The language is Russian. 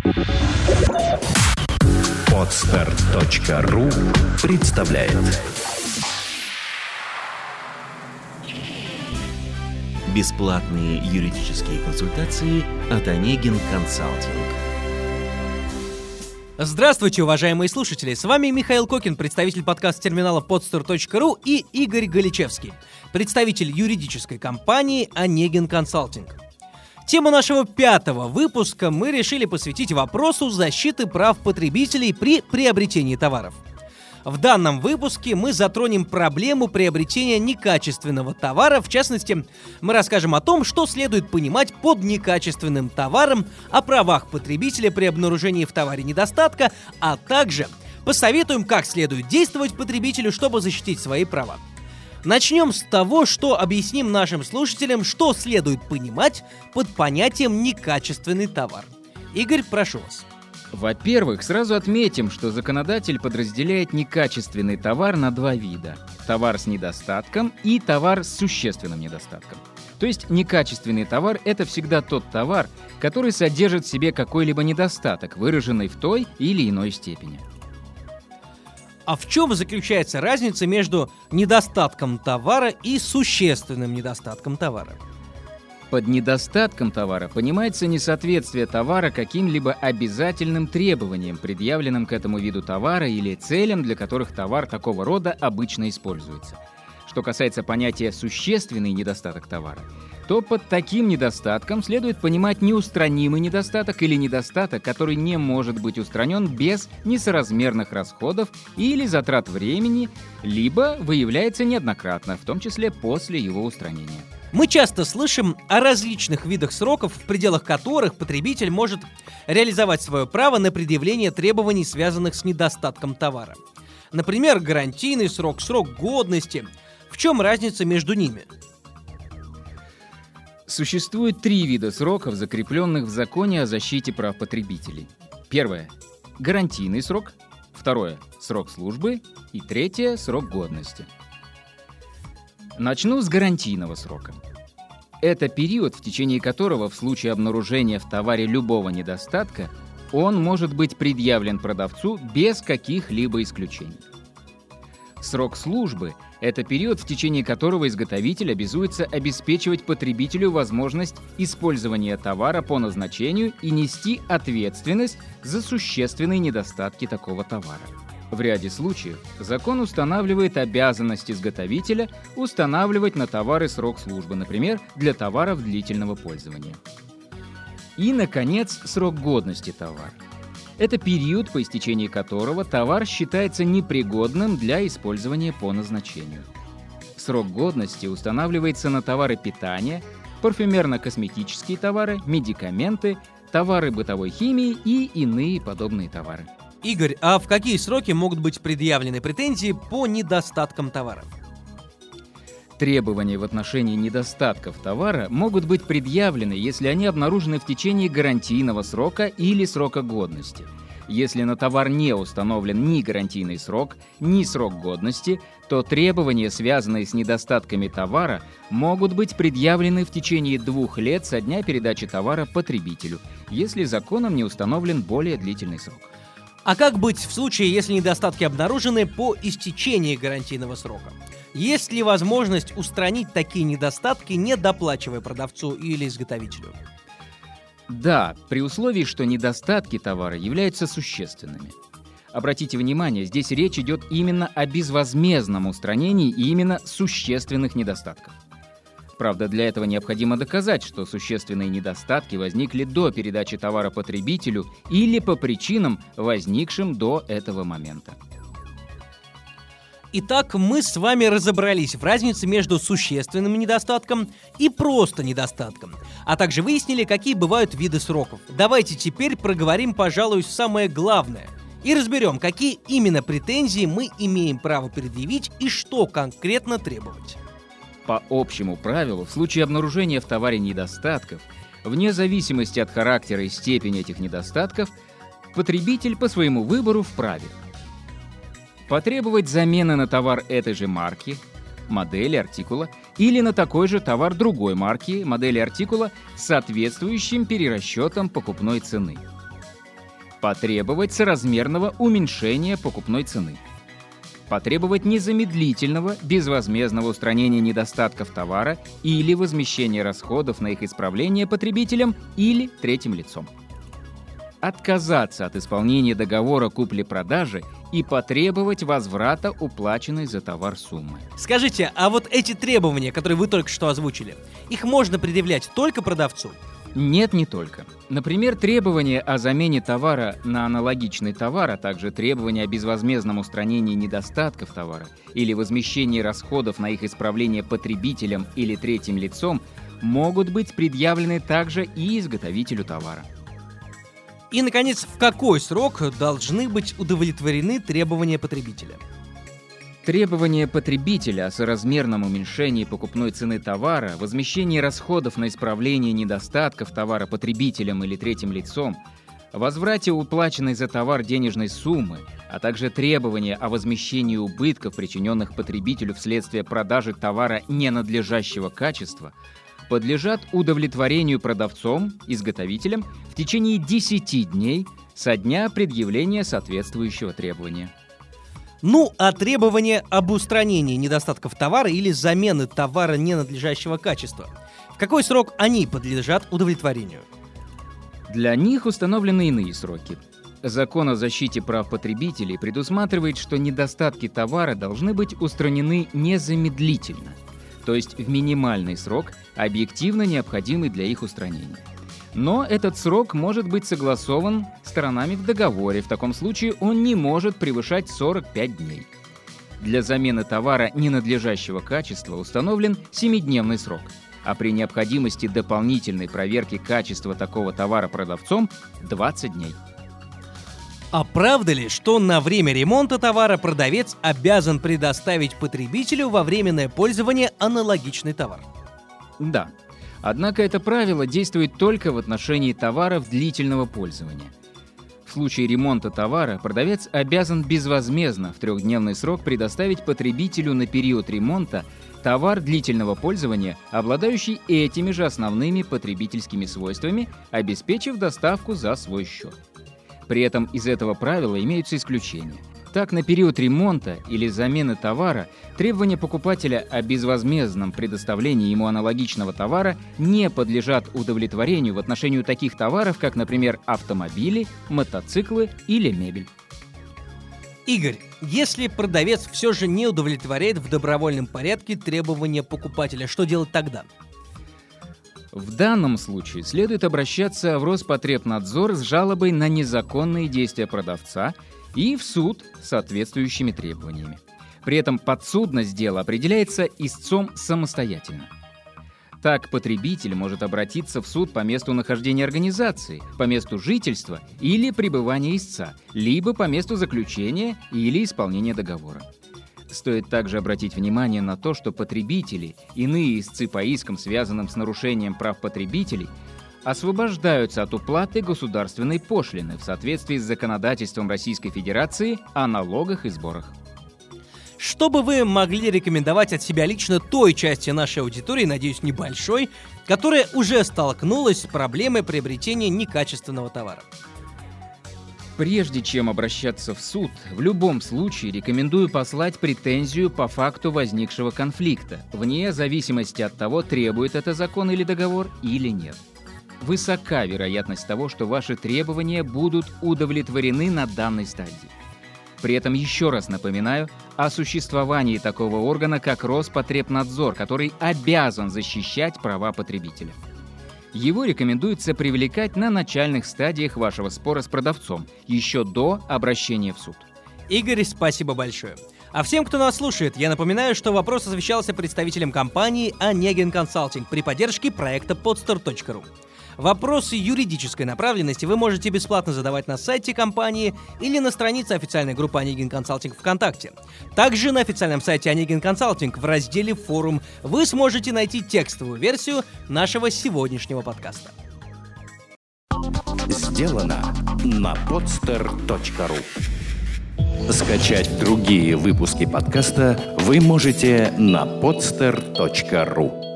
Podster.ru представляет бесплатные юридические консультации от Онегин Консалтинг. Здравствуйте, уважаемые слушатели! С вами Михаил Кокин, представитель подкаст-терминала Podster.ru, и Игорь Галичевский, представитель юридической компании Онегин Консалтинг. Тему нашего 5-го выпуска мы решили посвятить вопросу защиты прав потребителей при приобретении товаров. В данном выпуске мы затронем проблему приобретения некачественного товара. В частности, мы расскажем о том, что следует понимать под некачественным товаром, о правах потребителя при обнаружении в товаре недостатка, а также посоветуем, как следует действовать потребителю, чтобы защитить свои права. Начнем с того, что объясним нашим слушателям, что следует понимать под понятием «некачественный товар». Игорь, прошу вас. Во-первых, сразу отметим, что законодатель подразделяет некачественный товар на два вида: товар с недостатком и товар с существенным недостатком. То есть некачественный товар – это всегда тот товар, который содержит в себе какой-либо недостаток, выраженный в той или иной степени. А в чем заключается разница между недостатком товара и существенным недостатком товара? Под недостатком товара понимается несоответствие товара каким-либо обязательным требованиям, предъявленным к этому виду товара, или целям, для которых товар такого рода обычно используется. Что касается понятия «существенный недостаток товара», то под таким недостатком следует понимать неустранимый недостаток или недостаток, который не может быть устранен без несоразмерных расходов или затрат времени, либо выявляется неоднократно, в том числе после его устранения. Мы часто слышим о различных видах сроков, в пределах которых потребитель может реализовать свое право на предъявление требований, связанных с недостатком товара. Например, гарантийный срок, срок годности. В чем разница между ними? Существует три вида сроков, закрепленных в Законе о защите прав потребителей. Первое – гарантийный срок. Второе – срок службы. И третье – срок годности. Начну с гарантийного срока. Это период, в течение которого в случае обнаружения в товаре любого недостатка он может быть предъявлен продавцу без каких-либо исключений. Срок службы – это период, в течение которого изготовитель обязуется обеспечивать потребителю возможность использования товара по назначению и нести ответственность за существенные недостатки такого товара. В ряде случаев закон устанавливает обязанность изготовителя устанавливать на товары срок службы, например, для товаров длительного пользования. И, наконец, срок годности товара. Это период, по истечении которого товар считается непригодным для использования по назначению. Срок годности устанавливается на товары питания, парфюмерно-косметические товары, медикаменты, товары бытовой химии и иные подобные товары. Игорь, а в какие сроки могут быть предъявлены претензии по недостаткам товара? Требования в отношении недостатков товара могут быть предъявлены, если они обнаружены в течение гарантийного срока или срока годности. Если на товар не установлен ни гарантийный срок, ни срок годности, то требования, связанные с недостатками товара, могут быть предъявлены в течение 2 лет со дня передачи товара потребителю, если законом не установлен более длительный срок. А как быть в случае, если недостатки обнаружены по истечении гарантийного срока? Есть ли возможность устранить такие недостатки, не доплачивая продавцу или изготовителю? Да, при условии, что недостатки товара являются существенными. Обратите внимание, здесь речь идет именно о безвозмездном устранении именно существенных недостатков. Правда, для этого необходимо доказать, что существенные недостатки возникли до передачи товара потребителю или по причинам, возникшим до этого момента. Итак, мы с вами разобрались в разнице между существенным недостатком и просто недостатком, а также выяснили, какие бывают виды сроков. Давайте теперь проговорим, пожалуй, самое главное и разберем, какие именно претензии мы имеем право предъявить и что конкретно требовать. По общему правилу, в случае обнаружения в товаре недостатков, вне зависимости от характера и степени этих недостатков, потребитель по своему выбору вправе потребовать замены на товар этой же марки, модели, артикула, или на такой же товар другой марки, модели, артикула с соответствующим перерасчетом покупной цены. потребовать соразмерного уменьшения покупной цены, потребовать незамедлительного, безвозмездного устранения недостатков товара или возмещения расходов на их исправление потребителям или третьим лицом, отказаться от исполнения договора купли-продажи и потребовать возврата уплаченной за товар суммы. Скажите, а вот эти требования, которые вы только что озвучили, их можно предъявлять только продавцу? Нет, не только. Например, требования о замене товара на аналогичный товар, а также требования о безвозмездном устранении недостатков товара или возмещении расходов на их исправление потребителям или третьим лицом могут быть предъявлены также и изготовителю товара. И, наконец, в какой срок должны быть удовлетворены требования потребителя? Требования потребителя о соразмерном уменьшении покупной цены товара, возмещении расходов на исправление недостатков товара потребителям или третьим лицом, возврате уплаченной за товар денежной суммы, а также требования о возмещении убытков, причиненных потребителю вследствие продажи товара ненадлежащего качества, подлежат удовлетворению продавцом, изготовителем в течение 10 дней со дня предъявления соответствующего требования. Ну, а требования об устранении недостатков товара или замены товара ненадлежащего качества, в какой срок они подлежат удовлетворению? Для них установлены иные сроки. Закон о защите прав потребителей предусматривает, что недостатки товара должны быть устранены незамедлительно, то есть в минимальный срок, объективно необходимый для их устранения. Но этот срок может быть согласован сторонами в договоре, в таком случае он не может превышать 45 дней. Для замены товара ненадлежащего качества установлен 7-дневный срок, а при необходимости дополнительной проверки качества такого товара продавцом – 20 дней. А правда ли, что на время ремонта товара продавец обязан предоставить потребителю во временное пользование аналогичный товар? Да. Однако это правило действует только в отношении товаров длительного пользования. В случае ремонта товара продавец обязан безвозмездно в 3-дневный срок предоставить потребителю на период ремонта товар длительного пользования, обладающий этими же основными потребительскими свойствами, обеспечив доставку за свой счет. При этом из этого правила имеются исключения. Так, на период ремонта или замены товара требования покупателя о безвозмездном предоставлении ему аналогичного товара не подлежат удовлетворению в отношении таких товаров, как, например, автомобили, мотоциклы или мебель. Игорь, если продавец все же не удовлетворяет в добровольном порядке требования покупателя, что делать тогда? В данном случае следует обращаться в Роспотребнадзор с жалобой на незаконные действия продавца и в суд с соответствующими требованиями. При этом подсудность дела определяется истцом самостоятельно. Так, потребитель может обратиться в суд по месту нахождения организации, по месту жительства или пребывания истца, либо по месту заключения или исполнения договора. Стоит также обратить внимание на то, что потребители, иные истцы по искам, связанным с нарушением прав потребителей, освобождаются от уплаты государственной пошлины в соответствии с законодательством Российской Федерации о налогах и сборах. Что бы вы могли рекомендовать от себя лично той части нашей аудитории, надеюсь, небольшой, которая уже столкнулась с проблемой приобретения некачественного товара? Прежде чем обращаться в суд, в любом случае рекомендую послать претензию по факту возникшего конфликта, вне зависимости от того, требует это закон или договор или нет. Высока вероятность того, что ваши требования будут удовлетворены на данной стадии. При этом еще раз напоминаю о существовании такого органа, как Роспотребнадзор, который обязан защищать права потребителя. Его рекомендуется привлекать на начальных стадиях вашего спора с продавцом, еще до обращения в суд. Игорь, спасибо большое. А всем, кто нас слушает, я напоминаю, что вопрос освещался представителем компании Onegin Consulting при поддержке проекта podster.ru. Вопросы юридической направленности вы можете бесплатно задавать на сайте компании или на странице официальной группы Onegin Consulting ВКонтакте. Также на официальном сайте Onegin Consulting в разделе «Форум» вы сможете найти текстовую версию нашего сегодняшнего подкаста. Сделано на podster.ru. Скачать другие выпуски подкаста вы можете на podster.ru.